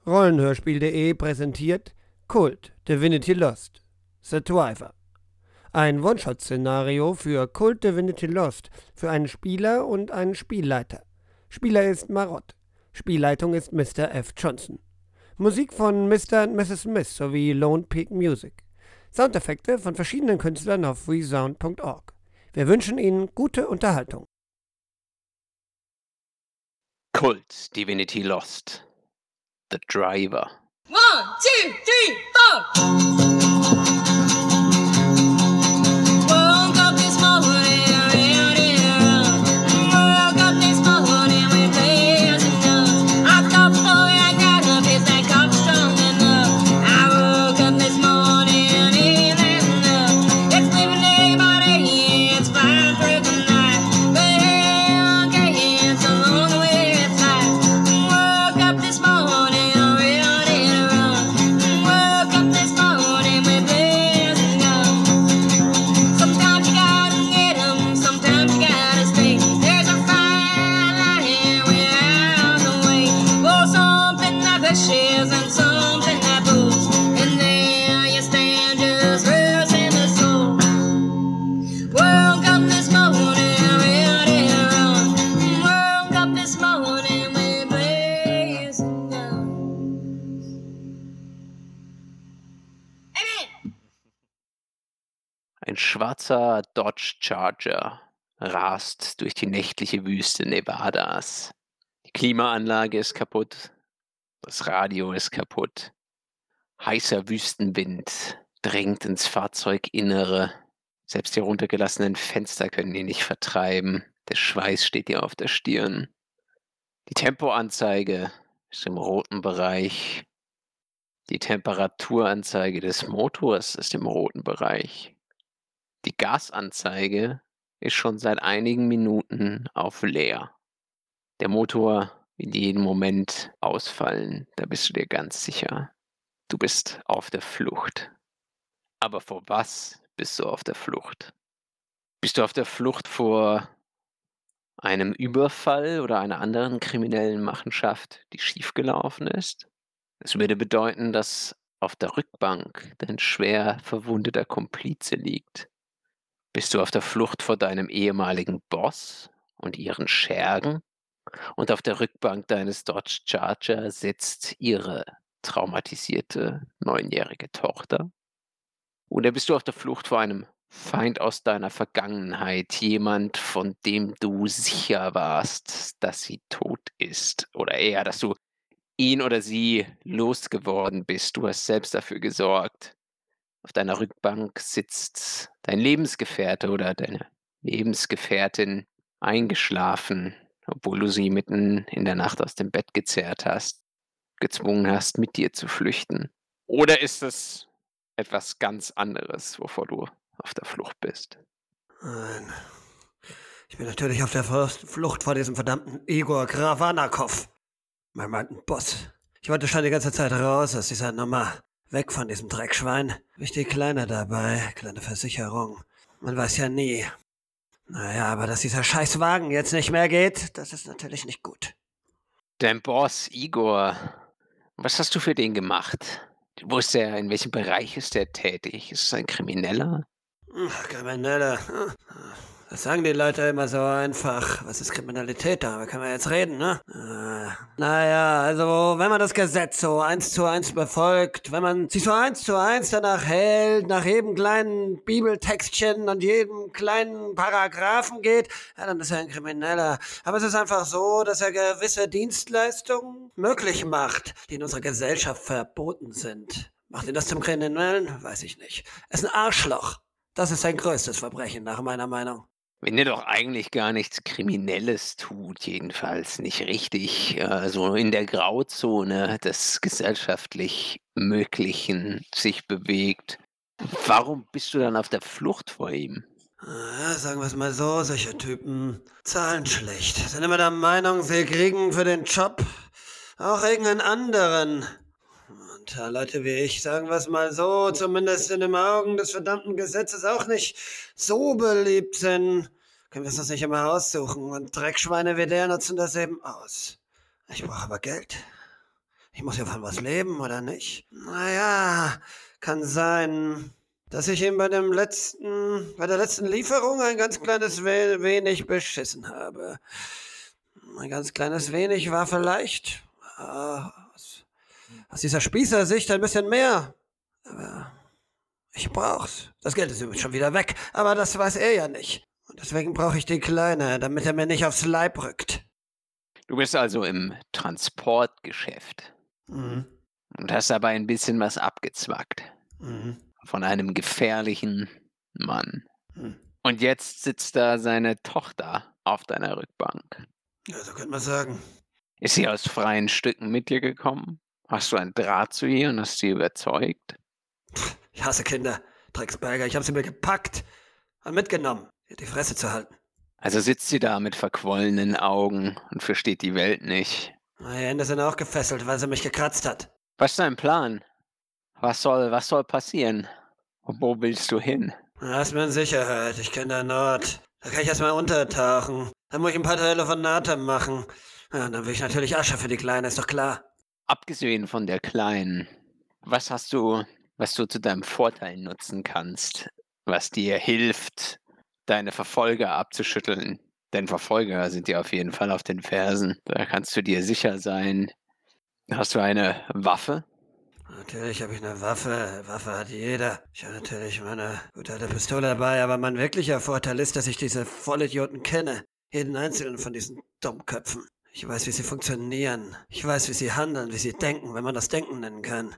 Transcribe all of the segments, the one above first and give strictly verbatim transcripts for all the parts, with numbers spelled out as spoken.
Rollenhörspiel.de präsentiert Kult Divinity Lost The Driver. Ein One-Shot-Szenario für Kult Divinity Lost für einen Spieler und einen Spielleiter. Spieler ist Marott. Spielleitung ist Mister F. Johnson. Musik von Mister und Misses Smith sowie Lone Peak Music. Soundeffekte von verschiedenen Künstlern auf freesound punkt org. Wir wünschen Ihnen gute Unterhaltung. Kult Divinity Lost The Driver. One, two, three, four. Woke up this morning, ready to run. Woke up this morning with players enough. I thought, boy, I got a piece that got strong enough. I woke up this morning, ain't that enough? It's living day by day, it's flying through the night. But hey, okay, it's a long way it's life. Woke up this morning, ready to run. Woke up this morning with players enough. Sometimes you gotta get 'em, sometimes you gotta stay. There's a fine line without the way. Oh, something that pushes and something that pulls. And there you stand, just losing the soul. Woke up this morning, ready to run. Woke up this morning with players enough. Amen. Ein schwarzer Dodge Charger rast durch die nächtliche Wüste Nevadas. Die Klimaanlage ist kaputt, das Radio ist kaputt. Heißer Wüstenwind dringt ins Fahrzeuginnere. Selbst die runtergelassenen Fenster können ihn nicht vertreiben. Der Schweiß steht dir auf der Stirn. Die Tempoanzeige ist im roten Bereich. Die Temperaturanzeige des Motors ist im roten Bereich. Die Gasanzeige ist schon seit einigen Minuten auf leer. Der Motor will jeden Moment ausfallen, da bist du dir ganz sicher. Du bist auf der Flucht. Aber vor was bist du auf der Flucht? Bist du auf der Flucht vor einem Überfall oder einer anderen kriminellen Machenschafт, die schiefgelaufen ist? Es würde bedeuten, dass auf der Rückbank dein schwer verwundeter Komplize liegt. Bist du auf der Flucht vor deinem ehemaligen Boss und ihren Schergen? Und auf der Rückbank deines Dodge Charger sitzt ihre traumatisierte neunjährige Tochter? Oder bist du auf der Flucht vor einem Feind aus deiner Vergangenheit, jemand, von dem du sicher warst, dass sie tot ist? Oder eher, dass du ihn oder sie losgeworden bist. Du hast selbst dafür gesorgt. Auf deiner Rückbank sitzt dein Lebensgefährte oder deine Lebensgefährtin eingeschlafen, obwohl du sie mitten in der Nacht aus dem Bett gezerrt hast, gezwungen hast, mit dir zu flüchten. Oder ist es etwas ganz anderes, wovor du auf der Flucht bist? Nein. Ich bin natürlich auf der Flucht vor diesem verdammten Igor Gravanakov, meinem alten Boss. Ich wollte schon die ganze Zeit raus aus dieser Nummer. Weg von diesem Dreckschwein. Wichtig kleiner dabei, kleine Versicherung. Man weiß ja nie. Naja, aber dass dieser scheiß Wagen jetzt nicht mehr geht, das ist natürlich nicht gut. Dein Boss, Igor, was hast du für den gemacht? Wo ist er, in welchem Bereich ist er tätig? Ist es ein Krimineller? Ach, Kriminelle. Das sagen die Leute immer so einfach. Was ist Kriminalität? Darüber können wir jetzt reden, ne? Äh, naja, also wenn man das Gesetz so eins zu eins befolgt, wenn man sich so eins zu eins danach hält, nach jedem kleinen Bibeltextchen und jedem kleinen Paragraphen geht, ja, dann ist er ein Krimineller. Aber es ist einfach so, dass er gewisse Dienstleistungen möglich macht, die in unserer Gesellschaft verboten sind. Macht ihn das zum Kriminellen? Weiß ich nicht. Er ist ein Arschloch. Das ist sein größtes Verbrechen, nach meiner Meinung. Wenn er doch eigentlich gar nichts Kriminelles tut, jedenfalls nicht richtig, äh, so in der Grauzone des gesellschaftlich Möglichen sich bewegt. Warum bist du dann auf der Flucht vor ihm? Ja, sagen wir es mal so, solche Typen zahlen schlecht. Sind immer der Meinung, sie kriegen für den Job auch irgendeinen anderen. Und äh, Leute wie ich, sagen wir es mal so, zumindest in den Augen des verdammten Gesetzes auch nicht so beliebt sind, können wir es uns nicht immer aussuchen. Und Dreckschweine wie der nutzen das eben aus. Ich brauche aber Geld. Ich muss ja von was leben, oder nicht? Naja, kann sein, dass ich ihm bei dem letzten, bei der letzten Lieferung ein ganz kleines we wenig beschissen habe. Ein ganz kleines wenig war vielleicht äh, aus, aus dieser Spießersicht ein bisschen mehr. Aber ich brauch's. Das Geld ist übrigens schon wieder weg, aber das weiß er ja nicht. Und deswegen brauche ich die Kleine, damit er mir nicht aufs Leib rückt. Du bist also im Transportgeschäft Mhm. und hast dabei ein bisschen was abgezwackt Mhm. von einem gefährlichen Mann. Mhm. Und jetzt sitzt da seine Tochter auf deiner Rückbank. Ja, so könnte man sagen. Ist sie aus freien Stücken mit dir gekommen? Hast du einen Draht zu ihr und hast sie überzeugt? Ich hasse Kinder, Drecksberger. Ich habe sie mir gepackt und mitgenommen, ihr die Fresse zu halten. Also sitzt sie da mit verquollenen Augen und versteht die Welt nicht. Meine Hände sind auch gefesselt, weil sie mich gekratzt hat. Was ist dein Plan? Was soll, was soll passieren? Wo willst du hin? Lass mir in Sicherheit. Ich kenne den Ort. Da kann ich erstmal untertauchen. Dann muss ich ein paar Telefonate machen. Ja, dann will ich natürlich Asche für die Kleine, ist doch klar. Abgesehen von der Kleinen, was hast du, was du zu deinem Vorteil nutzen kannst, was dir hilft, deine Verfolger abzuschütteln? Denn Verfolger sind dir auf jeden Fall auf den Fersen. Da kannst du dir sicher sein. Hast du eine Waffe? Natürlich habe ich eine Waffe. Waffe hat jeder. Ich habe natürlich meine gute alte Pistole dabei, aber mein wirklicher Vorteil ist, dass ich diese Vollidioten kenne. Jeden einzelnen von diesen Dummköpfen. Ich weiß, wie sie funktionieren. Ich weiß, wie sie handeln, wie sie denken, wenn man das Denken nennen kann.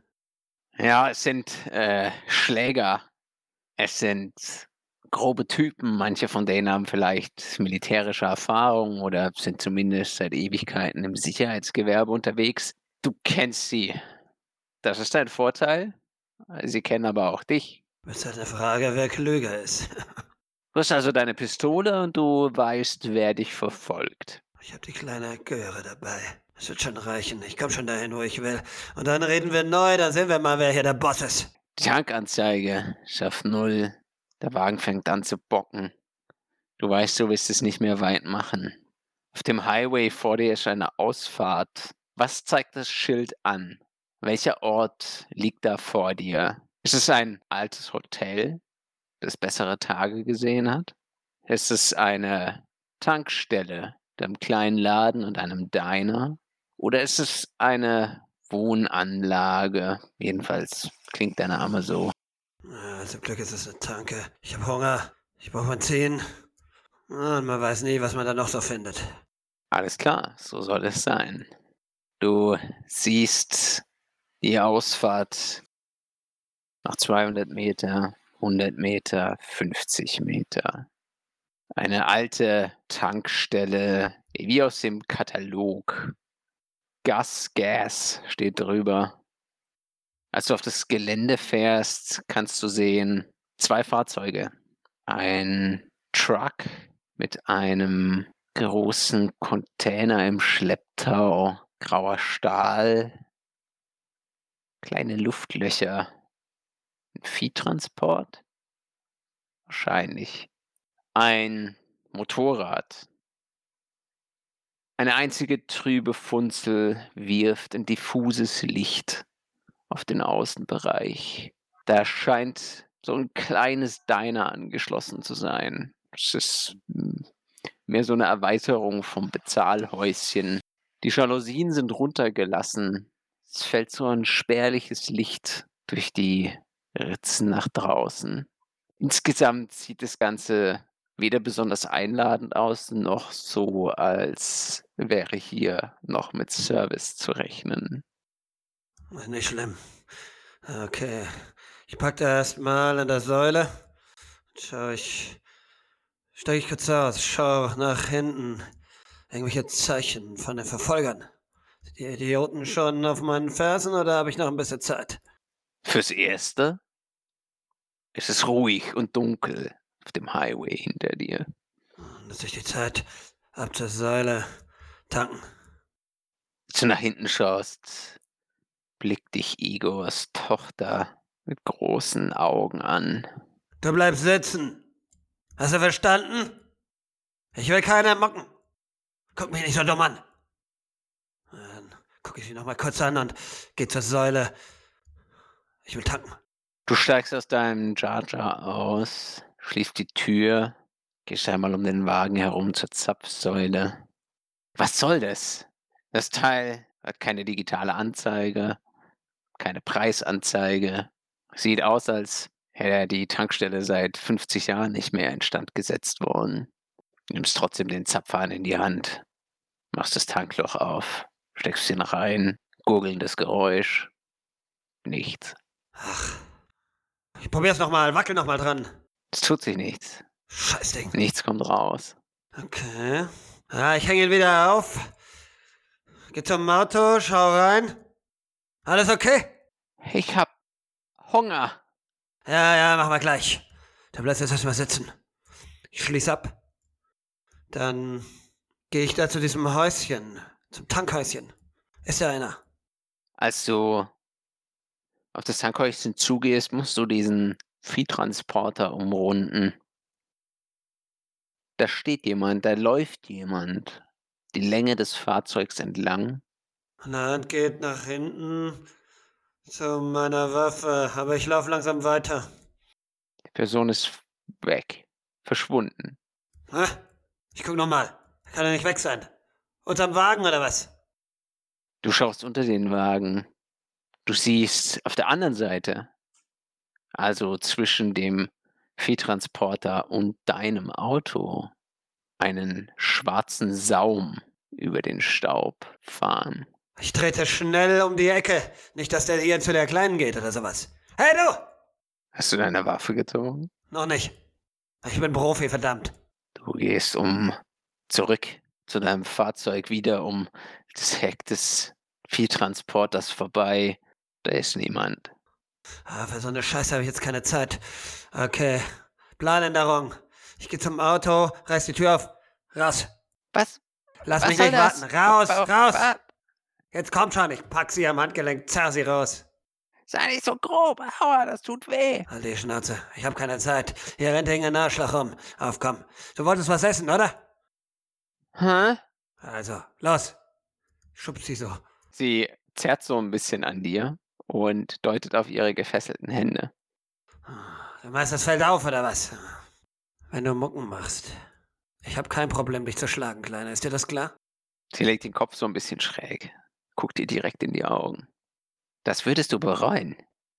Ja, es sind äh, Schläger. Es sind grobe Typen. Manche von denen haben vielleicht militärische Erfahrung oder sind zumindest seit Ewigkeiten im Sicherheitsgewerbe unterwegs. Du kennst sie. Das ist dein Vorteil. Sie kennen aber auch dich. Es ist halt eine Frage, wer klüger ist. Du hast also deine Pistole und du weißt, wer dich verfolgt. Ich habe die kleine Göre dabei. Es wird schon reichen. Ich komme schon dahin, wo ich will. Und dann reden wir neu, dann sehen wir mal, wer hier der Boss ist. Die Tankanzeige ist auf null. Der Wagen fängt an zu bocken. Du weißt, du wirst es nicht mehr weit machen. Auf dem Highway vor dir ist eine Ausfahrt. Was zeigt das Schild an? Welcher Ort liegt da vor dir? Ist es ein altes Hotel, das bessere Tage gesehen hat? Ist es eine Tankstelle mit einem kleinen Laden und einem Diner? Oder ist es eine Wohnanlage? Jedenfalls klingt der Name so. Ja, zum Glück ist es eine Tanke. Ich habe Hunger. Ich brauche Benzin. Und man weiß nie, was man da noch so findet. Alles klar, so soll es sein. Du siehst die Ausfahrt nach zweihundert Meter, hundert Meter, fünfzig Meter. Eine alte Tankstelle, wie aus dem Katalog. Gas, Gas steht drüber. Als du auf das Gelände fährst, kannst du sehen zwei Fahrzeuge. Ein Truck mit einem großen Container im Schlepptau, grauer Stahl, kleine Luftlöcher. Ein Viehtransport? Wahrscheinlich. Ein Motorrad. Eine einzige trübe Funzel wirft ein diffuses Licht auf den Außenbereich. Da scheint so ein kleines Diner angeschlossen zu sein. Es ist hm, mehr so eine Erweiterung vom Bezahlhäuschen. Die Jalousien sind runtergelassen. Es fällt so ein spärliches Licht durch die Ritzen nach draußen. Insgesamt sieht das Ganze weder besonders einladend aus, noch so, als wäre hier noch mit Service zu rechnen. Ist nicht schlimm. Okay. Ich pack da erstmal an der Säule. Schau ich. Steig ich kurz aus. Schau nach hinten. Irgendwelche Zeichen von den Verfolgern. Sind die Idioten schon auf meinen Fersen oder habe ich noch ein bisschen Zeit? Fürs Erste ist es ruhig und dunkel auf dem Highway hinter dir. Nutze ich die Zeit. Ab zur Säule. Tanken. Als du nach hinten schaust, blickt dich Igors Tochter mit großen Augen an. Du bleibst sitzen. Hast du verstanden? Ich will keiner mocken. Guck mich nicht so dumm an. Dann gucke ich sie noch mal kurz an und gehe zur Säule. Ich will tanken. Du steigst aus deinem Charger aus, schließt die Tür, gehst einmal um den Wagen herum zur Zapfsäule. Was soll das? Das Teil hat keine digitale Anzeige, keine Preisanzeige. Sieht aus, als hätte die Tankstelle seit fünfzig Jahren nicht mehr instand gesetzt worden. Du nimmst trotzdem den Zapfhahn in die Hand, machst das Tankloch auf, steckst ihn rein, gurgelndes Geräusch. Nichts. Ach. Ich probier's nochmal, wackel nochmal dran. Es tut sich nichts. Scheißding. Nichts kommt raus. Okay. Ja, ich hänge ihn wieder auf. Geh zum Auto, schau rein. Alles okay? Ich hab Hunger. Ja, ja, machen wir gleich. Dann bleibst du jetzt erstmal sitzen. Ich schließ ab. Dann gehe ich da zu diesem Häuschen, zum Tankhäuschen. Ist da einer? Als du auf das Tankhäuschen zugehst, musst du diesen Viehtransporter umrunden. Da steht jemand, da läuft jemand die Länge des Fahrzeugs entlang. Meine Hand geht nach hinten zu meiner Waffe, aber ich laufe langsam weiter. Die Person ist weg, verschwunden. Hä? Ich guck nochmal. Kann er nicht weg sein? Unterm Wagen oder was? Du schaust unter den Wagen. Du siehst auf der anderen Seite, also zwischen dem Viehtransporter und deinem Auto, einen schwarzen Saum über den Staub fahren. Ich trete schnell um die Ecke. Nicht, dass der hier zu der Kleinen geht oder sowas. Hey du! Hast du deine Waffe gezogen? Noch nicht. Ich bin Profi, verdammt. Du gehst um zurück zu deinem Fahrzeug, wieder um das Heck des Viehtransporters vorbei. Da ist niemand. Ah, für so eine Scheiße habe ich jetzt keine Zeit. Okay. Planänderung. Ich gehe zum Auto, reiß die Tür auf. Raus. Was? Lass Was mich soll nicht das? warten. Raus, Wa- raus. wa- Jetzt komm schon, ich pack sie am Handgelenk, zerr sie raus. Sei nicht so grob. Aua, das tut weh. Halt die Schnauze. Ich habe keine Zeit. Hier rennt irgendein Arschloch rum. Auf, komm. Du wolltest was essen, oder? Hä? Also, los. Schubst sie so. Sie zerrt so ein bisschen an dir und deutet auf ihre gefesselten Hände. Du meinst, das fällt auf, oder was? Wenn du Mucken machst. Ich habe kein Problem, dich zu schlagen, Kleiner. Ist dir das klar? Sie legt den Kopf so ein bisschen schräg, guckt dir direkt in die Augen. Das würdest du bereuen.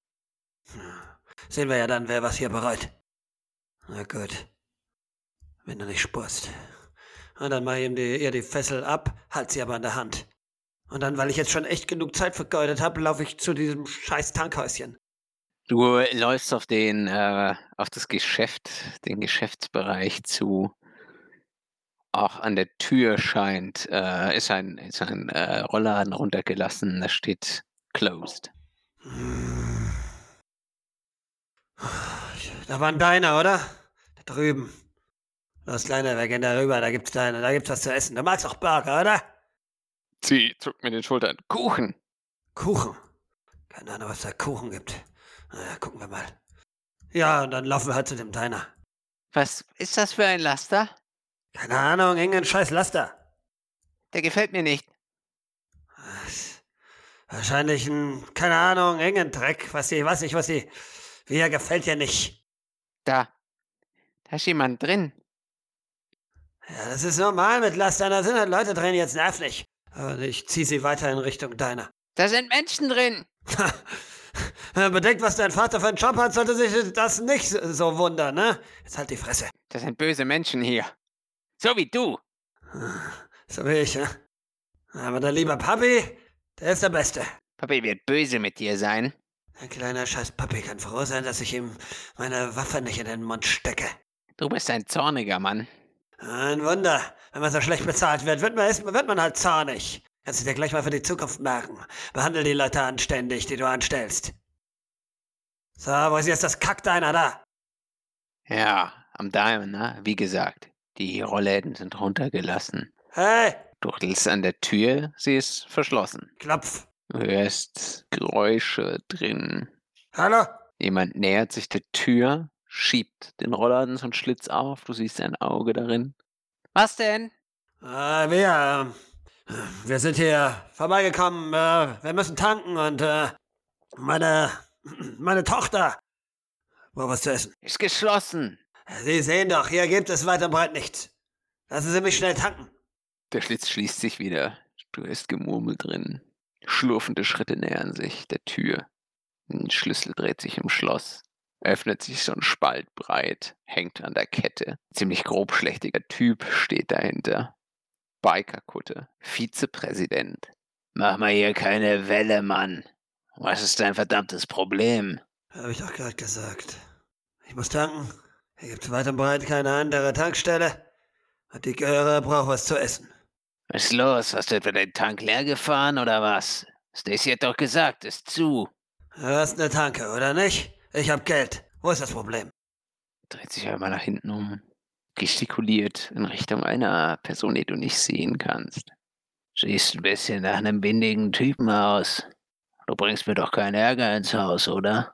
Sehen wir ja dann, wer was hier bereut. Na gut. Wenn du nicht spurst. Und dann mach ich ihm die, ihr die Fessel ab, halt sie aber an der Hand. Und dann, weil ich jetzt schon echt genug Zeit vergeudet habe, laufe ich zu diesem scheiß Tankhäuschen. Du läufst auf den, äh, auf das Geschäft, den Geschäftsbereich zu. Auch an der Tür scheint, äh, ist ein, ist ein äh, Rollladen runtergelassen. Da steht closed. Da war ein Deiner, oder? Da drüben. Los, Kleiner, wir gehen da rüber, da gibt's Deiner, da gibt's was zu essen. Du magst auch Burger, oder? Sie zuckt mit den Schultern. Kuchen! Kuchen. Keine Ahnung, was da Kuchen gibt. Naja, gucken wir mal. Ja, und dann laufen wir halt zu dem Deiner. Was ist das für ein Laster? Keine Ahnung, irgendein scheiß Laster. Der gefällt mir nicht. Was? Wahrscheinlich ein, keine Ahnung, irgendein Dreck, was sie, weiß ich, was sie, wie er gefällt dir nicht. Da. Da ist jemand drin. Ja, das ist normal mit Lastern, da sind halt Leute drin, jetzt nerv nicht. Und ich zieh sie weiter in Richtung Deiner. Da sind Menschen drin. Wenn man bedenkt, was dein Vater für einen Job hat, sollte sich das nicht so wundern, ne? Jetzt halt die Fresse. Das sind böse Menschen hier. So wie du. So wie ich, ne? Aber der liebe Papi, der ist der Beste. Papi wird böse mit dir sein. Ein kleiner scheiß Papi kann froh sein, dass ich ihm meine Waffe nicht in den Mund stecke. Du bist ein zorniger Mann. Ein Wunder. Wenn man so schlecht bezahlt wird, wird man, ist, wird man halt zornig. Kannst du dir gleich mal für die Zukunft merken. Behandle die Leute anständig, die du anstellst. So, wo ist jetzt das Kackdeiner da? Ja, am Diamond, ne? Wie gesagt, die Rollläden sind runtergelassen. Hey, Du rüttelst an der Tür, sie ist verschlossen. Klopf. Du hörst Geräusche drin. Hallo? Jemand nähert sich der Tür, schiebt den Rollladen so einen Schlitz auf. Du siehst ein Auge darin. Was denn? Äh, wir, ähm, Wir sind hier vorbeigekommen. Äh, wir müssen tanken und äh, meine, meine Tochter braucht was zu essen. Ist geschlossen. Sie sehen doch, hier gibt es weit und breit nichts. Lassen Sie mich schnell tanken. Der Schlitz schließt sich wieder. Du hörst Gemurmel drin. Schlurfende Schritte nähern sich der Tür. Ein Schlüssel dreht sich im Schloss. Öffnet sich so ein Spalt breit, hängt an der Kette. Ziemlich grobschlächtiger Typ steht dahinter. Bikerkutte. Vizepräsident. Mach mal hier keine Welle, Mann. Was ist dein verdammtes Problem? Habe ich doch gerade gesagt. Ich muss tanken. Hier gibt es weit und breit keine andere Tankstelle. Und die Göre braucht was zu essen. Was ist los? Hast du etwa den Tank leer gefahren oder was? Stacy hat doch gesagt, ist zu. Du hast eine Tanke, oder nicht? Ich hab Geld. Wo ist das Problem? Dreht sich einmal nach hinten um. Gestikuliert in Richtung einer Person, die du nicht sehen kannst. Siehst ein bisschen nach einem bindigen Typen aus. Du bringst mir doch keinen Ärger ins Haus, oder?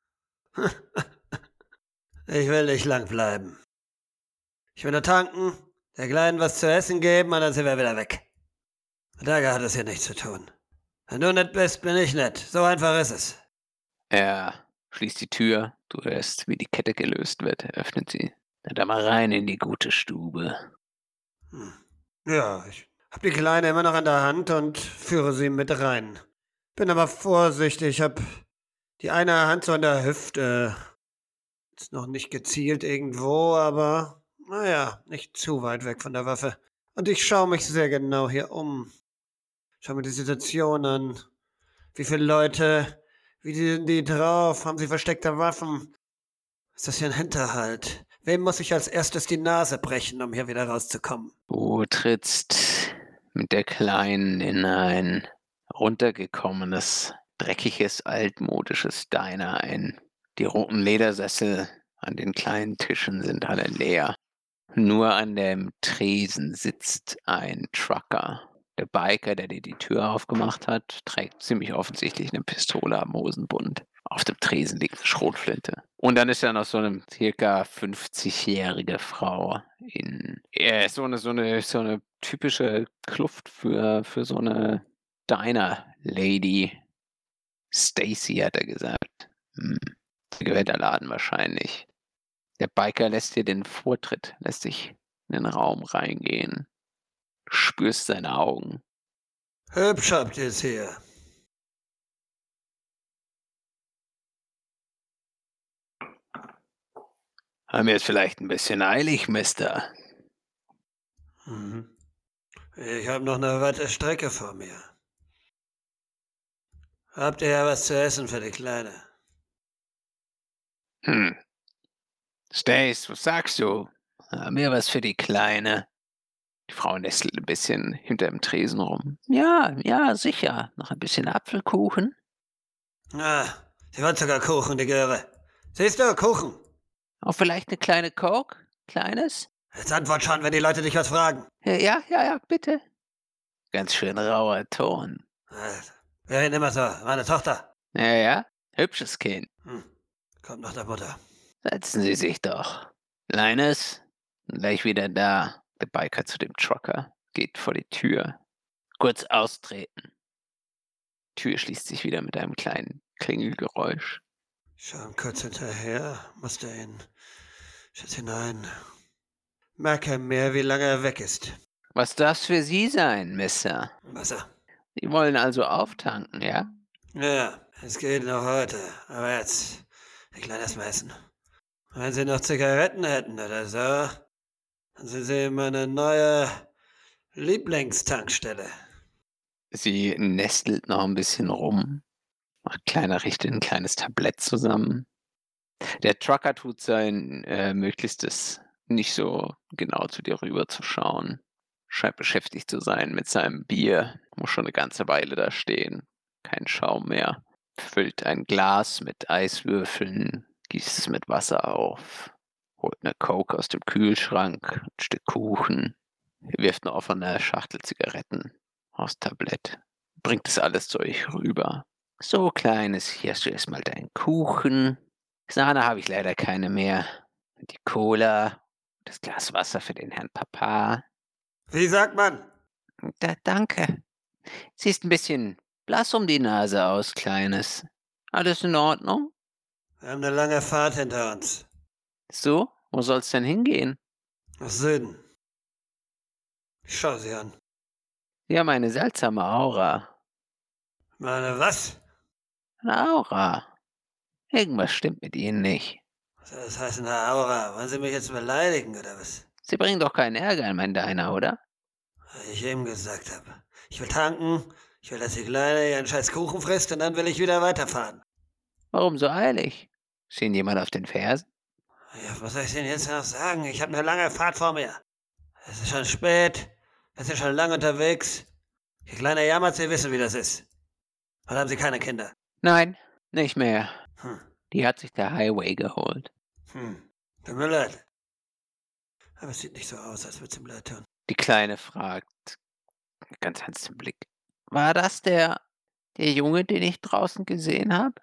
Ich will nicht lang bleiben. Ich will nur tanken, der Kleinen was zu essen geben und dann sind wir wieder weg. Mit Ärger hat es hier nichts zu tun. Wenn du nett bist, bin ich nett. So einfach ist es. Er schließt die Tür. Du hörst, wie die Kette gelöst wird. Er öffnet sie. Na dann mal rein in die gute Stube. Hm. Ja, ich hab die Kleine immer noch an der Hand und führe sie mit rein. Bin aber vorsichtig, hab die eine Hand so an der Hüfte. Ist noch nicht gezielt irgendwo, aber naja, nicht zu weit weg von der Waffe. Und ich schaue mich sehr genau hier um. Schau mir die Situation an. Wie viele Leute, wie sind die drauf? Haben sie versteckte Waffen? Ist das hier ein Hinterhalt? Wem muss ich als erstes die Nase brechen, um hier wieder rauszukommen? Du trittst mit der Kleinen in ein runtergekommenes, dreckiges, altmodisches Diner ein. Die roten Ledersessel an den kleinen Tischen sind alle leer. Nur an dem Tresen sitzt ein Trucker. Der Biker, der dir die Tür aufgemacht hat, trägt ziemlich offensichtlich eine Pistole am Hosenbund. Auf dem Tresen liegt eine Schrotflinte. Und dann ist da noch so eine circa fünfzigjährige Frau in äh, so eine so eine so eine typische Kluft für für so eine Diner-Lady. Stacy hat er gesagt. Hm. Gehört der Laden wahrscheinlich. Der Biker lässt dir den Vortritt, lässt dich in den Raum reingehen. Du spürst seine Augen. Hübsch habt ihr's hier. Haben wir es vielleicht ein bisschen eilig, Mister? Mhm. Ich hab noch eine weite Strecke vor mir. Habt ihr ja was zu essen für die Kleine? Hm. Stace, was sagst du? Haben wir was für die Kleine? Die Frau nestelt ein bisschen hinter dem Tresen rum. Ja, ja, sicher. Noch ein bisschen Apfelkuchen. Ah, sie wollen sogar Kuchen, die Göre. Siehst du, Kuchen. Auch vielleicht eine kleine Coke? Kleines? Jetzt antwort schon, wenn die Leute dich was fragen. Ja, ja, ja, ja, bitte. Ganz schön rauer Ton. Äh, Wir reden immer so, meine Tochter. Ja, ja, hübsches Kind. Hm. Kommt nach der Mutter. Setzen Sie sich doch. Linus, gleich wieder da. Der Biker zu dem Trucker geht vor die Tür. Kurz austreten. Tür schließt sich wieder mit einem kleinen Klingelgeräusch. Schon kurz hinterher, musste ihn. Schütz hinein. Merke mehr, wie lange er weg ist. Was darf's für Sie sein, Mister? Wasser. Sie wollen also auftanken, ja? Ja, es geht noch heute. Aber jetzt, die Kleine erst mal essen. Wenn Sie noch Zigaretten hätten oder so, dann sind Sie meine neue Lieblingstankstelle. Sie nestelt noch ein bisschen rum. Macht kleiner richtet ein kleines Tablett zusammen. Der Trucker tut sein äh, Möglichstes, nicht so genau zu dir rüber zu schauen. Scheint beschäftigt zu sein mit seinem Bier. Muss schon eine ganze Weile da stehen. Kein Schaum mehr. Füllt ein Glas mit Eiswürfeln, gießt es mit Wasser auf. Holt eine Coke aus dem Kühlschrank, ein Stück Kuchen. Wirft eine offene Schachtel Zigaretten aufs Tablett. Bringt es alles zu euch rüber. So, Kleines, hier hast du erstmal deinen Kuchen. Sahne habe ich leider keine mehr. Die Cola, das Glas Wasser für den Herrn Papa. Wie sagt man? Da, danke. Siehst ein bisschen blass um die Nase aus, Kleines. Alles in Ordnung? Wir haben eine lange Fahrt hinter uns. So, wo soll's denn hingehen? Nach Süden. Ich schau sie an. Sie haben eine seltsame Aura. Meine was? Eine Aura. Irgendwas stimmt mit Ihnen nicht. Was soll das heißen, Herr Aura? Wollen Sie mich jetzt beleidigen, oder was? Sie bringen doch keinen Ärger in mein Diner, oder? Was ich eben gesagt habe. Ich will tanken, ich will, dass die Kleine ihren scheiß Kuchen frisst und dann will ich wieder weiterfahren. Warum so eilig? Ist Ihnen jemand auf den Fersen? Ja, was soll ich denn jetzt noch sagen? Ich habe eine lange Fahrt vor mir. Es ist schon spät, wir sind schon lange unterwegs. Die Kleine jammert, Sie wissen, wie das ist. Oder haben Sie keine Kinder? Nein, nicht mehr. Hm, Die hat sich der Highway geholt. hm, tut mir leid. Aber es sieht nicht so aus, als würde es ihm leid tun. Die Kleine fragt, ganz ernst im Blick. War das der, der Junge, den ich draußen gesehen habe?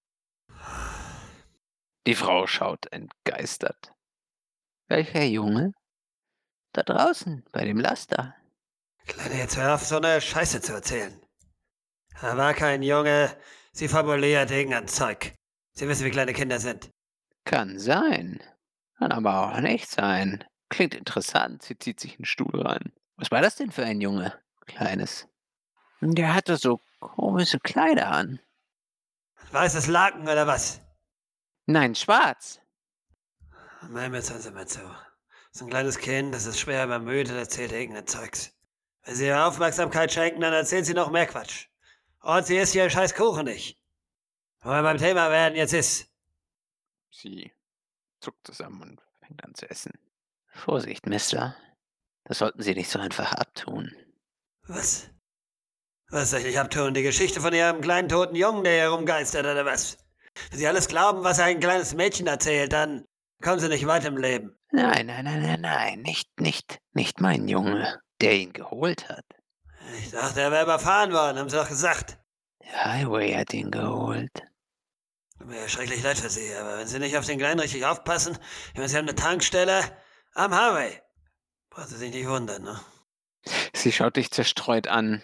Die Frau schaut entgeistert. Welcher Junge? Da draußen, bei dem Laster. Kleine, jetzt hör auf, so eine Scheiße zu erzählen. Er war kein Junge, sie fabuliert irgendein Zeug. Sie wissen, wie kleine Kinder sind. Kann sein. Kann aber auch nicht sein. Klingt interessant. Sie zieht sich einen Stuhl rein. Was war das denn für ein Junge? Kleines. Der hatte so komische Kleider an. Weißes Laken oder was? Nein, schwarz. Nein, jetzt hören Sie mir zu. Das ist ein kleines Kind, das ist schwer übermüdet, erzählt irgendein Zeugs. Wenn Sie ihr Aufmerksamkeit schenken, dann erzählt sie noch mehr Quatsch. Und sie isst hier scheiß Kuchen nicht. Wo wir beim Thema werden jetzt ist. Sie zuckt zusammen und fängt an zu essen. Vorsicht, Mister. Das sollten Sie nicht so einfach abtun. Was? Was soll ich nicht abtun? Die Geschichte von Ihrem kleinen toten Jungen, der hier rumgeistert, oder was? Wenn Sie alles glauben, was ein kleines Mädchen erzählt, dann kommen Sie nicht weit im Leben. Nein, nein, nein, nein, nein. Nicht, nicht, nicht mein Junge, der ihn geholt hat. Ich dachte, er wäre überfahren worden, haben Sie doch gesagt. Der Highway hat ihn geholt. Tut mir ja schrecklich leid für Sie, aber wenn Sie nicht auf den Kleinen richtig aufpassen, ich meine, Sie haben eine Tankstelle am Highway. Brauchen Sie sich nicht wundern, ne? Sie schaut dich zerstreut an.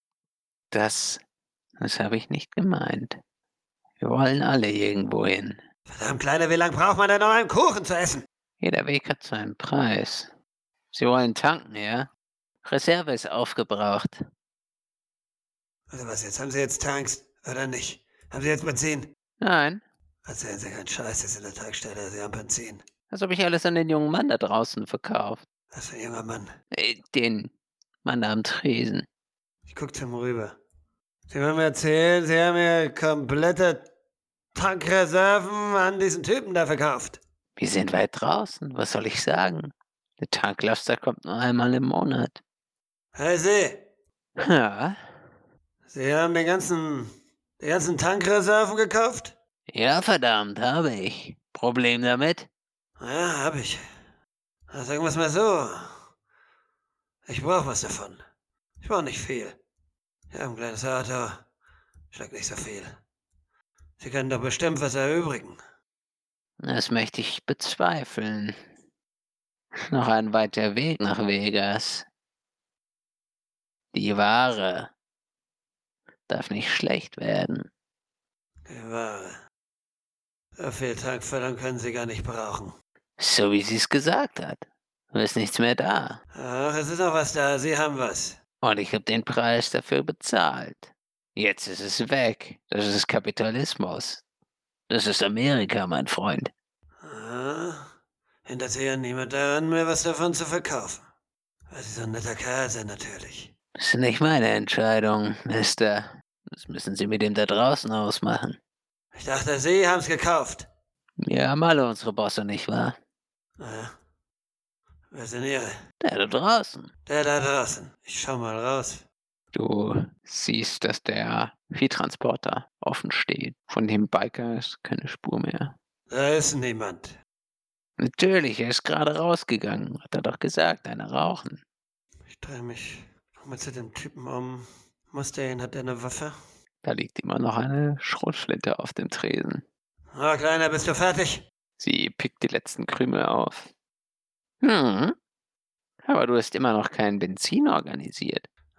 Das, das habe ich nicht gemeint. Wir wollen alle irgendwo hin. Verdammt, Kleine, wie lange braucht man denn, um einen Kuchen zu essen? Jeder Weg hat seinen Preis. Sie wollen tanken, ja? Reserve ist aufgebraucht. Also was jetzt? Haben Sie jetzt Tanks oder nicht? Haben Sie jetzt Benzin? Nein, Erzählen Sie keinen Scheiß, das ist in der Tankstelle, Sie haben Benzin. als ob ich alles an den jungen Mann da draußen verkauft. Was für ein junger Mann. Äh, Den Mann am Tresen. Ich guck zu ihm rüber. Sie wollen mir erzählen, Sie haben mir komplette Tankreserven an diesen Typen da verkauft. Wir sind weit draußen, was soll ich sagen? Der Tanklaster kommt nur einmal im Monat. Hey Sie, Ja, Sie haben den ganzen, die ganzen Tankreserven gekauft? ja, verdammt, habe ich. Problem damit? Ja, hab ich. Na, sagen wir es mal so. Ich brauch was davon. Ich brauch nicht viel. Ich hab ein kleines Auto. Schlägt nicht so viel. Sie können doch bestimmt was erübrigen. Das möchte ich bezweifeln. Noch ein weiter Weg nach Vegas. Die Ware darf nicht schlecht werden. Die Ware. So viel Tankfüllung können Sie gar nicht brauchen. So wie sie es gesagt hat. Da ist nichts mehr da. Ach, es ist noch was da. Sie haben was. Und ich habe den Preis dafür bezahlt. Jetzt ist es weg. Das ist Kapitalismus. Das ist Amerika, mein Freund. Ah, hindert Sie ja niemand daran, mir was davon zu verkaufen. Weil Sie so ein netter Kerl sind, natürlich. Das ist nicht meine Entscheidung, Mister. Das müssen Sie mit dem da draußen ausmachen. Ich dachte, Sie haben's gekauft. Wir haben alle unsere Bosse, nicht wahr? Naja. Wer sind Ihre? Der da draußen. Der da draußen. Ich schau mal raus. Du siehst, dass der Viehtransporter offen steht. Von dem Biker ist keine Spur mehr. Da ist niemand. Natürlich, er ist gerade rausgegangen. Hat er doch gesagt, einer rauchen. Ich drehe mich nochmal zu dem Typen um. Muss der hin? Hat der eine Waffe? Da liegt immer noch eine Schrotflinte auf dem Tresen. Ah, Kleiner, bist du fertig? Sie pickt die letzten Krümel auf. Hm, aber du hast immer noch kein Benzin organisiert.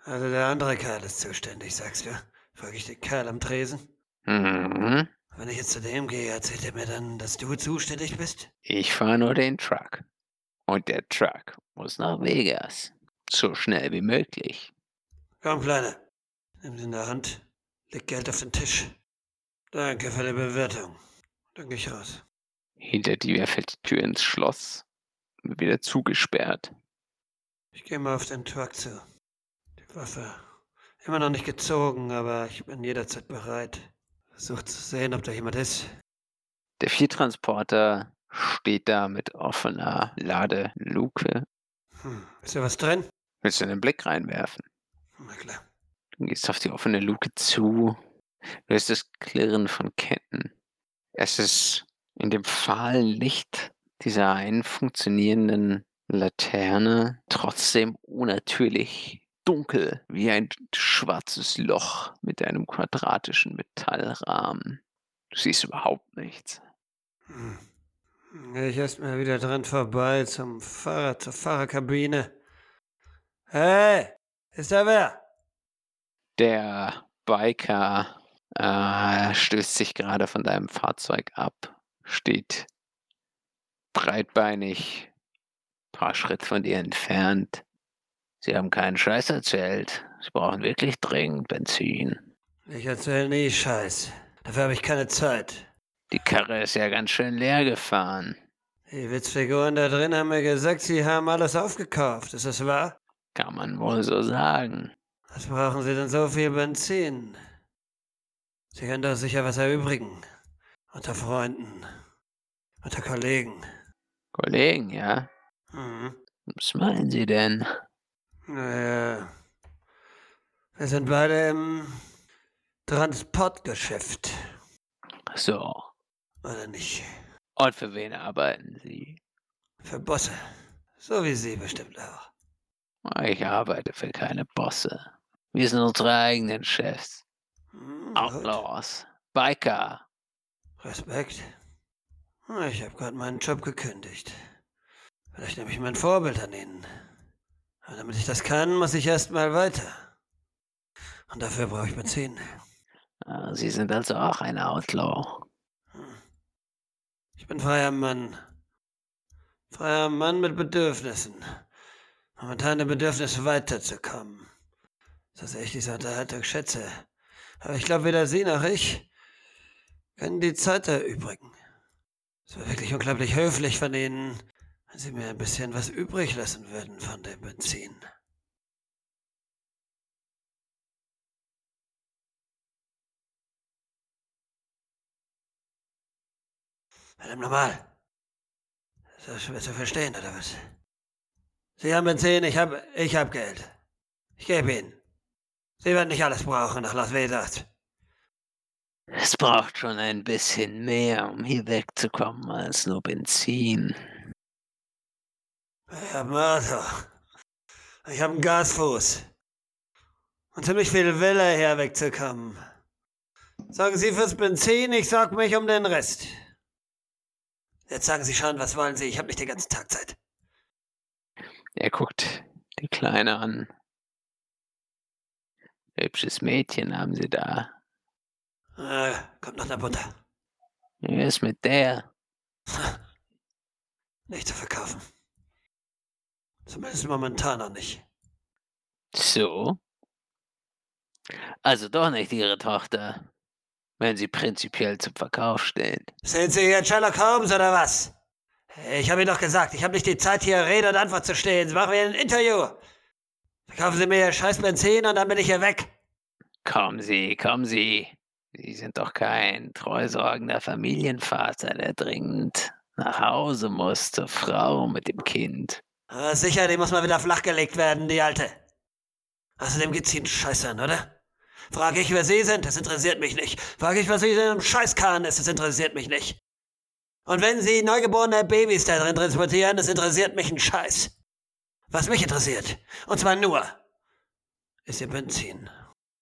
Also der andere Kerl ist zuständig, sagst du? Frag ich den Kerl am Tresen. Mhm. Wenn ich jetzt zu dem gehe, erzählt er mir dann, dass du zuständig bist? Ich fahre nur den Truck. Und der Truck muss nach Vegas. So schnell wie möglich. Komm, Kleiner. Nimm sie in der Hand, leg Geld auf den Tisch. Danke für die Bewertung. Dann geh ich raus. Hinter dir fällt die Tür ins Schloss und wird wieder zugesperrt. Ich gehe mal auf den Truck zu. Die Waffe immer noch nicht gezogen, aber ich bin jederzeit bereit. Versuch zu sehen, ob da jemand ist. Der Viertransporter steht da mit offener Ladeluke. Hm. Ist da was drin? Willst du einen Blick reinwerfen? Na klar. Du gehst auf die offene Luke zu. Du hörst das Klirren von Ketten. Es ist in dem fahlen Licht dieser einen funktionierenden Laterne trotzdem unnatürlich dunkel, wie ein schwarzes Loch mit einem quadratischen Metallrahmen. Du siehst überhaupt nichts. Hm. Geh ich erst mal wieder dran vorbei zum Fahrer, zur Fahrerkabine. Hey, ist da wer? Der Biker äh, stößt sich gerade von deinem Fahrzeug ab, steht breitbeinig, paar Schritt von dir entfernt. Sie haben keinen Scheiß erzählt. Sie brauchen wirklich dringend Benzin. Ich erzähl nie Scheiß. Dafür habe ich keine Zeit. Die Karre ist ja ganz schön leer gefahren. Die Witzfiguren da drin haben mir gesagt, sie haben alles aufgekauft. Ist das wahr? Kann man wohl so sagen. Was brauchen sie denn so viel Benzin? Sie können doch sicher was erübrigen. Unter Freunden. Unter Kollegen. Kollegen, ja? Mhm. Was meinen Sie denn? Naja. Wir sind beide im Transportgeschäft. So. Oder nicht? Und für wen arbeiten Sie? Für Bosse. So wie Sie bestimmt auch. Ich arbeite für keine Bosse. Wir sind unsere eigenen Chefs. Hm, gut. Outlaws. Biker. Respekt. Ich habe gerade meinen Job gekündigt. Vielleicht nehme ich mein Vorbild an Ihnen. Aber damit ich das kann, muss ich erst mal weiter. Und dafür brauche ich Benzin. Ah, Sie sind also auch ein Outlaw. Hm. Ich bin freier Mann. Freier Mann mit Bedürfnissen. Momentan dem Bedürfnis weiterzukommen. Das ich diese Unterhaltung schätze. Aber ich glaube, weder Sie noch ich können die Zeit erübrigen. Es wäre wirklich unglaublich höflich von Ihnen, wenn Sie mir ein bisschen was übrig lassen würden von dem Benzin. Verdammt normal. Ist das schwer zu verstehen, oder was? Sie haben Benzin, ich hab, ich hab Geld. Ich gebe Ihnen. Sie werden nicht alles brauchen nach Las Vegas. Es braucht schon ein bisschen mehr, um hier wegzukommen, als nur Benzin. Ich hab ein Auto. Ich hab einen Gasfuß. Und ziemlich viel Wille, hier wegzukommen. Sorgen Sie fürs Benzin, ich sorg mich um den Rest. Jetzt sagen Sie schon, was wollen Sie? Ich hab nicht den ganzen Tag Zeit. Er guckt die Kleine an. Hübsches Mädchen haben Sie da. Äh, kommt noch der Butter. Wer ist mit der? Nicht zu verkaufen. Zumindest momentan noch nicht. So? Also doch nicht Ihre Tochter, wenn sie prinzipiell zum Verkauf steht. Sind Sie hier Sherlock Holmes oder was? Ich habe Ihnen doch gesagt, ich habe nicht die Zeit, hier Rede und Antwort zu stehen. Sie machen mir ein Interview. Verkaufen Sie mir Ihr scheiß Benzin und dann bin ich hier weg. Kommen Sie, kommen Sie. Sie sind doch kein treusorgender Familienvater, der dringend nach Hause muss zur Frau mit dem Kind. Aber sicher, die muss mal wieder flachgelegt werden, die Alte. Außerdem geht's Ihnen scheiß an, oder? Frage ich, wer Sie sind, das interessiert mich nicht. Frage ich, was Sie in einem Scheißkahn ist, das interessiert mich nicht. Und wenn Sie neugeborene Babys da drin transportieren, das interessiert mich ein Scheiß. Was mich interessiert, und zwar nur, ist Ihr Benzin.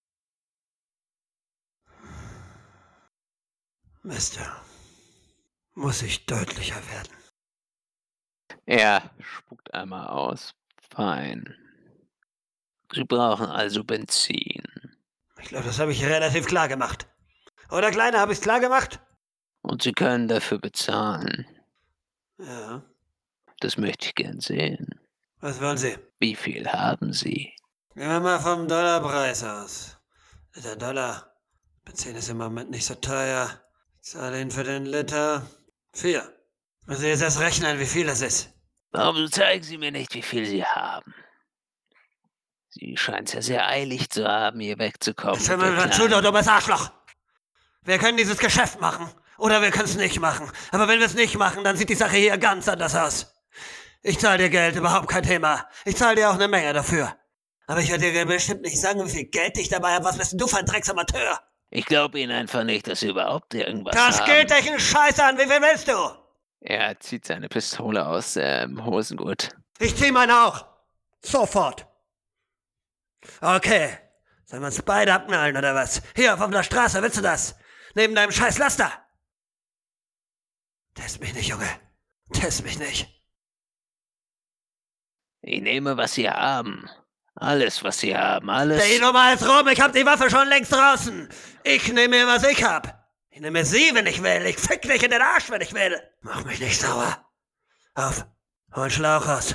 Mister, muss ich deutlicher werden? Er spuckt einmal aus. Fein. Sie brauchen also Benzin. Ich glaube, das habe ich relativ klar gemacht. Oder, Kleiner, habe ich's klar gemacht? Und Sie können dafür bezahlen. Ja. Das möchte ich gern sehen. Was wollen Sie? Wie viel haben Sie? Gehen wir mal vom Dollarpreis aus. Liter Dollar. Benzin ist im Moment nicht so teuer. Ich zahle Ihnen für den Liter vier. Müssen Sie jetzt erst rechnen, wie viel das ist. Warum zeigen Sie mir nicht, wie viel Sie haben? Sie scheinen es ja sehr eilig zu haben, hier wegzukommen. Jetzt hör mit mir der mal zu, du kleinen- dummes Arschloch. Wir können dieses Geschäft machen. Oder wir können es nicht machen. Aber wenn wir es nicht machen, dann sieht die Sache hier ganz anders aus. Ich zahle dir Geld, überhaupt kein Thema. Ich zahle dir auch eine Menge dafür. Aber ich werde dir bestimmt nicht sagen, wie viel Geld ich dabei habe. Was bist denn du für ein Drecksamateur? Ich glaube Ihnen einfach nicht, dass Sie überhaupt irgendwas Das haben. geht dich einen Scheiß an. Wie viel willst du? Er zieht seine Pistole aus dem Hosengurt. Ich zieh meine auch. Sofort. Okay. Sollen wir uns beide abknallen, oder was? Hier auf der Straße, willst du das? Neben deinem scheiß Laster. Test mich nicht, Junge. Test mich nicht. Ich nehme, was Sie haben. Alles, was Sie haben. Alles. Dreh doch mal jetzt rum, ich hab die Waffe schon längst draußen. Ich nehme mir, was ich hab. Ich nehme sie, wenn ich will. Ich fick dich in den Arsch, wenn ich will. Mach mich nicht sauer. Auf, hol einen Schlauch raus.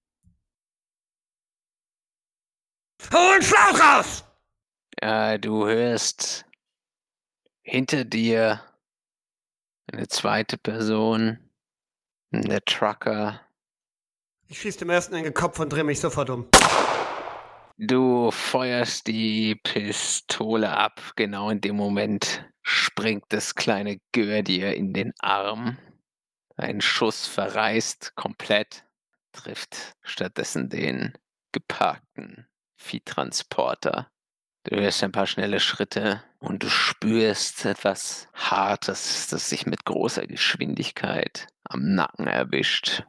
Hol einen Schlauch raus! Ja, du hörst hinter dir eine zweite Person, der Trucker. Ich schieß dem ersten in den Kopf und dreh mich sofort um. Du feuerst die Pistole ab. Genau in dem Moment springt das kleine Gör dir in den Arm. Ein Schuss verreißt komplett, trifft stattdessen den geparkten Viehtransporter. Du hörst ein paar schnelle Schritte und du spürst etwas Hartes, das sich mit großer Geschwindigkeit am Nacken erwischt.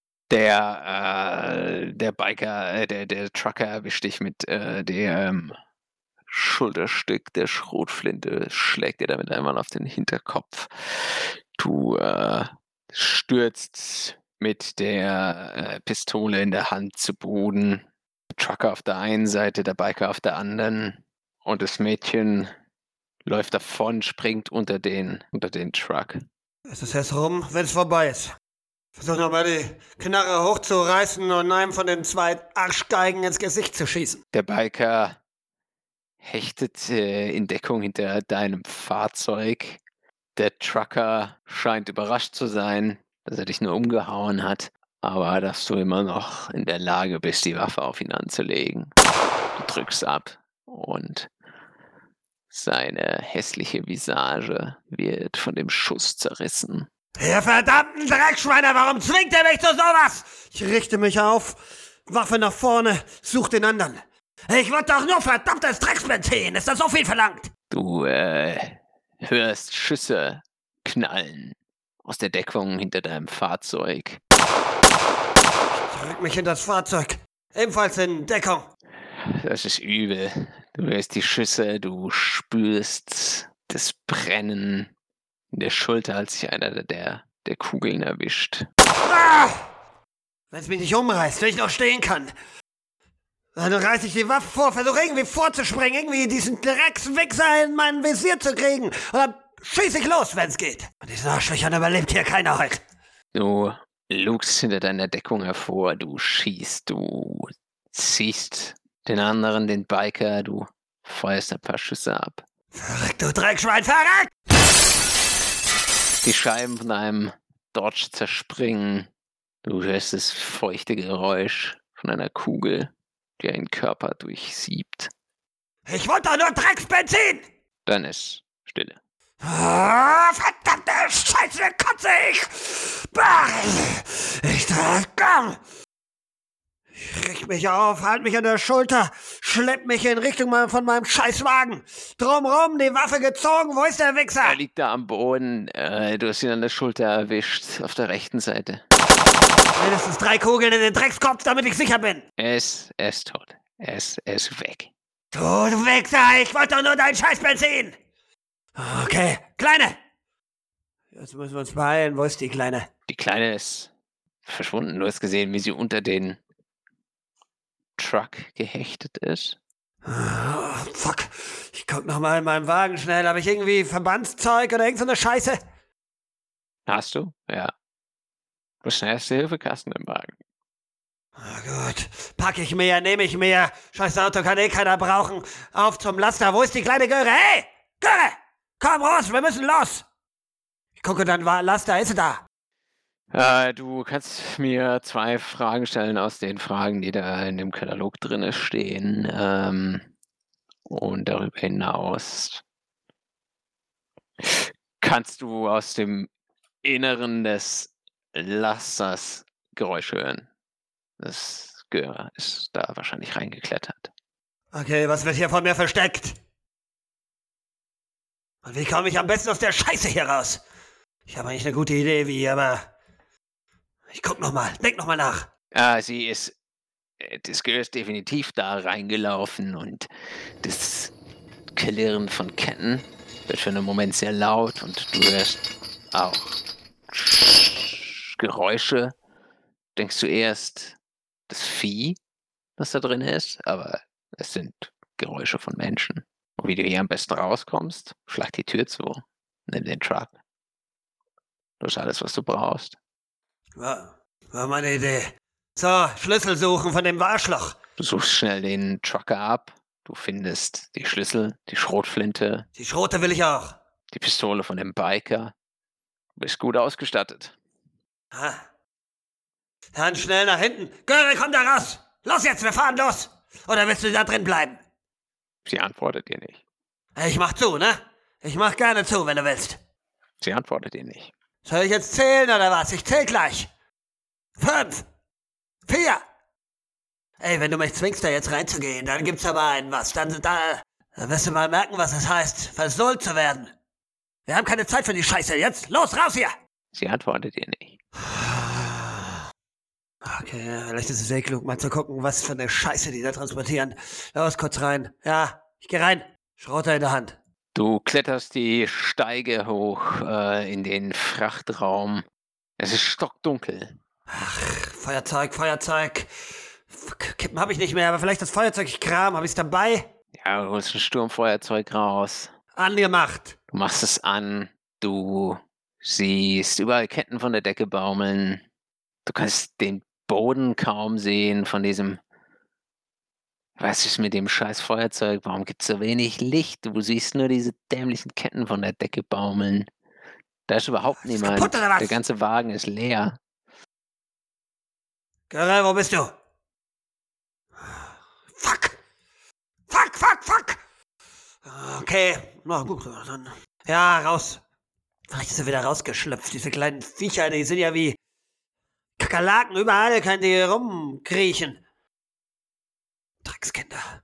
Der, äh, der Biker, äh, der, der Trucker erwischt dich mit äh, dem Schulterstück der Schrotflinte, schlägt dir damit einmal auf den Hinterkopf. Du äh, stürzt mit der äh, Pistole in der Hand zu Boden. Der Trucker auf der einen Seite, der Biker auf der anderen. Und das Mädchen läuft davon, springt unter den, unter den Truck. Es ist erst rum, wenn es vorbei ist. Versuch nochmal die Knarre hochzureißen und einem von den zwei Arschgeigen ins Gesicht zu schießen. Der Biker hechtet äh, in Deckung hinter deinem Fahrzeug. Der Trucker scheint überrascht zu sein, dass er dich nur umgehauen hat, aber dass du immer noch in der Lage bist, die Waffe auf ihn anzulegen. Du drückst ab und seine hässliche Visage wird von dem Schuss zerrissen. Ihr verdammten Dreckschweiner, warum zwingt ihr mich zu sowas? Ich richte mich auf, Waffe nach vorne, such den anderen. Ich wollte doch nur verdammtes Drecksbenzin, ist das so viel verlangt? Du äh, hörst Schüsse knallen aus der Deckung hinter deinem Fahrzeug. Ich rück mich in das Fahrzeug, ebenfalls in Deckung. Das ist übel. Du hörst die Schüsse, du spürst das Brennen in der Schulter, als sich einer der, der Kugeln erwischt. Ah! Wenn es mich nicht umreißt, wenn ich noch stehen kann, dann reiß ich die Waffe vor, versuche irgendwie vorzuspringen, irgendwie diesen Dreckswichser in mein Visier zu kriegen. Und dann schieß ich los, wenn's geht. Und diesen Arschlöchern überlebt hier keiner heute. Du lugst hinter deiner Deckung hervor, du schießt, du ziehst den anderen, den Biker, du feuerst ein paar Schüsse ab. Verrückt, du Dreckschwein, verrückt! Die Scheiben von einem Dodge zerspringen. Du hörst das feuchte Geräusch von einer Kugel, die einen Körper durchsiebt. Ich wollte doch nur Drecksbenzin! Dann ist Stille. Ah, verdammte Scheiße, kotze ich! Bah, ich trage komm! Ich richte mich auf, halt mich an der Schulter, schlepp mich in Richtung mein- von meinem Scheißwagen. Drumrum, die Waffe gezogen, wo ist der Wichser? Er liegt da am Boden. Äh, du hast ihn an der Schulter erwischt, auf der rechten Seite. Mindestens drei Kugeln in den Dreckskopf, damit ich sicher bin. Er ist, er ist tot. Er ist, er ist weg. Du Wichser, ich wollte doch nur dein Scheißbenzin! Okay, Kleine! Jetzt müssen wir uns beeilen, wo ist die Kleine? Die Kleine ist verschwunden. Du hast gesehen, wie sie unter den Truck gehechtet ist. Oh, fuck. Ich guck noch mal in meinem Wagen schnell. Habe ich irgendwie Verbandszeug oder irgend so eine Scheiße? Hast du? Ja. Du hast einen Erste-Hilfe-Kasten im Wagen. Oh gut. Pack ich mehr, nehme ich mehr. Scheiß Auto kann eh keiner brauchen. Auf zum Laster. Wo ist die kleine Göre? Hey! Göre! Komm raus, wir müssen los! Ich gucke dann, war Laster, ist sie da? Äh, du kannst mir zwei Fragen stellen aus den Fragen, die da in dem Katalog drin stehen. Ähm, und darüber hinaus kannst du aus dem Inneren des Lasters Geräusche hören. Das Göre ist da wahrscheinlich reingeklettert. Okay, was wird hier von mir versteckt? Und wie komme ich am besten aus der Scheiße hier raus? Ich habe eigentlich eine gute Idee, wie, aber... Ich guck noch mal, denk noch mal nach. Ah, sie ist... äh, Das Göre ist definitiv da reingelaufen und das Klirren von Ketten wird für einen Moment sehr laut und du hörst auch Geräusche. Denkst du erst das Vieh, das da drin ist, aber es sind Geräusche von Menschen. Und wie du hier am besten rauskommst, schlag die Tür zu, nimm den Truck. Das ist alles, was du brauchst. War, war meine Idee. So, Schlüssel suchen von dem Arschloch. Du suchst schnell den Trucker ab, du findest die Schlüssel, die Schrotflinte, Die Schrote will ich auch. die Pistole von dem Biker. Du bist gut ausgestattet. Ha. Dann schnell nach hinten. Göre, komm da raus. Los jetzt, wir fahren los. Oder willst du da drin bleiben? Sie antwortet dir nicht. Ich mach zu, ne? Ich mach gerne zu, wenn du willst. Sie antwortet dir nicht. Soll ich jetzt zählen oder was? Ich zähl gleich. Fünf. Vier. Ey, wenn du mich zwingst, da jetzt reinzugehen, dann gibt's aber einen was. Dann, da, dann wirst du mal merken, was es heißt, versohlt zu werden. Wir haben keine Zeit für die Scheiße. Jetzt, los, raus hier! Sie antwortet dir nicht. Okay, vielleicht ist es sehr klug, mal zu gucken, was für eine Scheiße die da transportieren. Los, kurz rein. Ja, ich geh rein. Schroter in der Hand. Du kletterst die Steige hoch äh, in den Frachtraum. Es ist stockdunkel. Ach, Feuerzeug, Feuerzeug. Fuck, Kippen habe ich nicht mehr, aber vielleicht das Feuerzeug, ich kram. Habe ich's dabei? Ja, du holst ein Sturmfeuerzeug raus. Angemacht. Du machst es an. Du siehst überall Ketten von der Decke baumeln. Du kannst den Boden kaum sehen von diesem... Was ist mit dem scheiß Feuerzeug? Warum gibt's so wenig Licht? Du siehst nur diese dämlichen Ketten von der Decke baumeln. Da ist überhaupt niemand. kaputt, oder was? Der ganze Wagen ist leer. Göre, wo bist du? Fuck! Fuck, fuck, fuck! Okay, na gut, dann... Ja, raus. Vielleicht ist er wieder rausgeschlüpft. Diese kleinen Viecher, die sind ja wie... Kakerlaken, überall können die rumkriechen. Dreckskinder.